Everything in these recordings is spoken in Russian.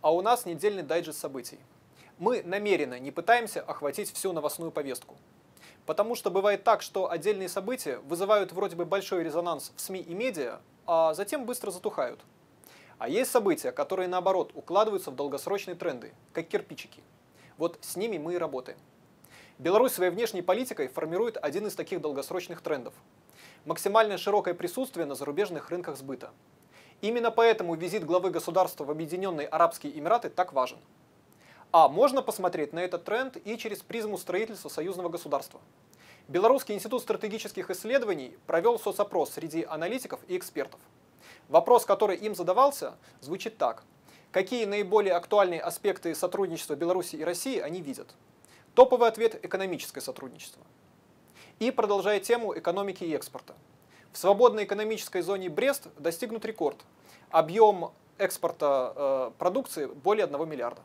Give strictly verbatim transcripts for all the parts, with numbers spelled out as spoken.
А у нас недельный дайджест событий. Мы намеренно не пытаемся охватить всю новостную повестку. Потому что бывает так, что отдельные события вызывают вроде бы большой резонанс в СМИ и медиа, а затем быстро затухают. А есть события, которые наоборот укладываются в долгосрочные тренды, как кирпичики. Вот с ними мы и работаем. Беларусь своей внешней политикой формирует один из таких долгосрочных трендов. Максимально широкое присутствие на зарубежных рынках сбыта. Именно поэтому визит главы государства в Объединенные Арабские Эмираты так важен. А можно посмотреть на этот тренд и через призму строительства союзного государства. Белорусский институт стратегических исследований провел соцопрос среди аналитиков и экспертов. Вопрос, который им задавался, звучит так. Какие наиболее актуальные аспекты сотрудничества Беларуси и России они видят? Топовый ответ – экономическое сотрудничество. И продолжая тему экономики и экспорта. В свободной экономической зоне Брест достигнут рекорд. Объем экспорта э, продукции более одного миллиарда.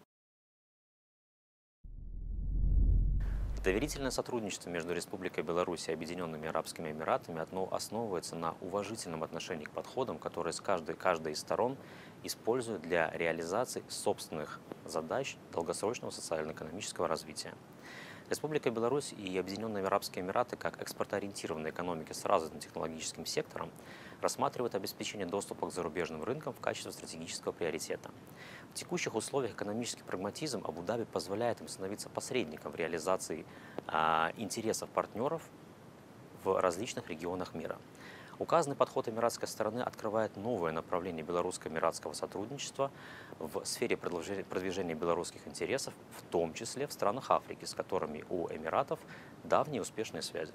Доверительное сотрудничество между Республикой Беларусь и Объединенными Арабскими Эмиратами основывается на уважительном отношении к подходам, которые с каждой, каждой из сторон используют для реализации собственных задач долгосрочного социально-экономического развития. Республика Беларусь и Объединенные Арабские Эмираты, как экспортоориентированные экономики с развитым технологическим сектором, рассматривают обеспечение доступа к зарубежным рынкам в качестве стратегического приоритета. В текущих условиях экономический прагматизм Абу-Даби позволяет им становиться посредником в реализации а, интересов партнеров в различных регионах мира. Указанный подход эмиратской стороны открывает новое направление белорусско-эмиратского сотрудничества в сфере продвижения белорусских интересов, в том числе в странах Африки, с которыми у Эмиратов давние успешные связи.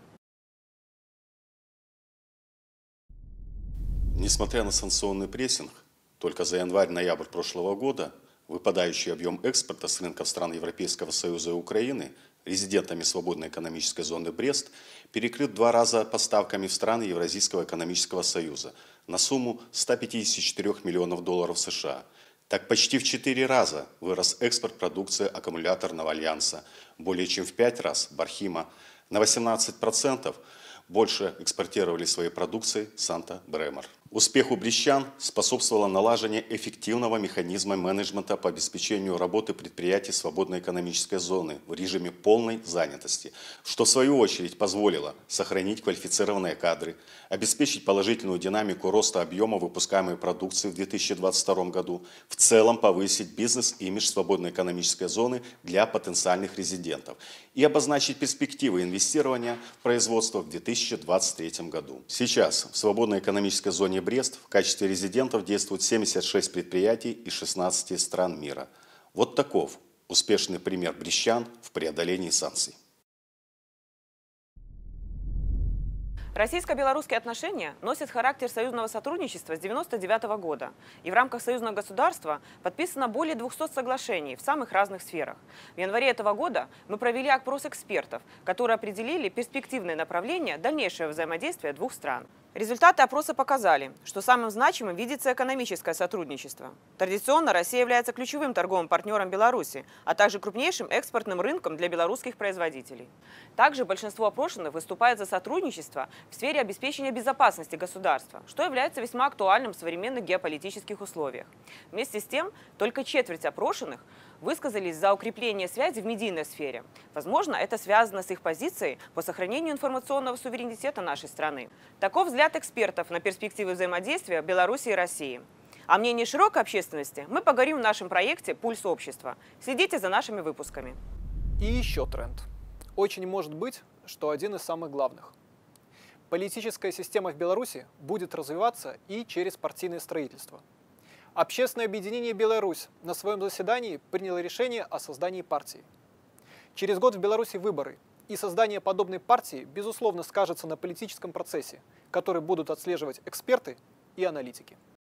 Несмотря на санкционный прессинг, только за январь-ноябрь прошлого года выпадающий объем экспорта с рынков стран Европейского Союза и Украины резидентами свободной экономической зоны Брест перекрыт в два раза поставками в страны Евразийского экономического союза на сумму ста пятидесяти четырёх миллионов долларов США. Так почти в четыре раза вырос экспорт продукции аккумуляторного альянса, более чем в пять раз Бархима, на восемнадцать процентов больше экспортировали своей продукции Санта-Бремор. Успеху брестчан способствовало налаживание эффективного механизма менеджмента по обеспечению работы предприятий свободной экономической зоны в режиме полной занятости, что в свою очередь позволило сохранить квалифицированные кадры, обеспечить положительную динамику роста объема выпускаемой продукции в две тысячи двадцать втором году, в целом повысить бизнес-имидж свободной экономической зоны для потенциальных резидентов и обозначить перспективы инвестирования в производство в две тысячи двадцать третьем году. Сейчас в свободной экономической зоне Брест в качестве резидентов действует семьдесят шесть предприятий из шестнадцати стран мира. Вот таков успешный пример брестчан в преодолении санкций. Российско-белорусские отношения носят характер союзного сотрудничества с девяносто девятого года, и в рамках союзного государства подписано более двухсот соглашений в самых разных сферах. В январе этого года мы провели опрос экспертов, которые определили перспективные направления дальнейшего взаимодействия двух стран. Результаты опроса показали, что самым значимым видится экономическое сотрудничество. Традиционно Россия является ключевым торговым партнером Беларуси, а также крупнейшим экспортным рынком для белорусских производителей. Также большинство опрошенных выступает за сотрудничество в сфере обеспечения безопасности государства, что является весьма актуальным в современных геополитических условиях. Вместе с тем, только четверть опрошенных высказались за укрепление связи в медийной сфере. Возможно, это связано с их позицией по сохранению информационного суверенитета нашей страны. Таков взгляд экспертов на перспективы взаимодействия Беларуси и России. О мнении широкой общественности мы поговорим в нашем проекте «Пульс общества». Следите за нашими выпусками. И еще тренд. Очень может быть, что один из самых главных. Политическая система в Беларуси будет развиваться и через партийное строительство. Общественное объединение «Беларусь» на своем заседании приняло решение о создании партии. Через год в Беларуси выборы, и создание подобной партии, безусловно, скажется на политическом процессе, который будут отслеживать эксперты и аналитики.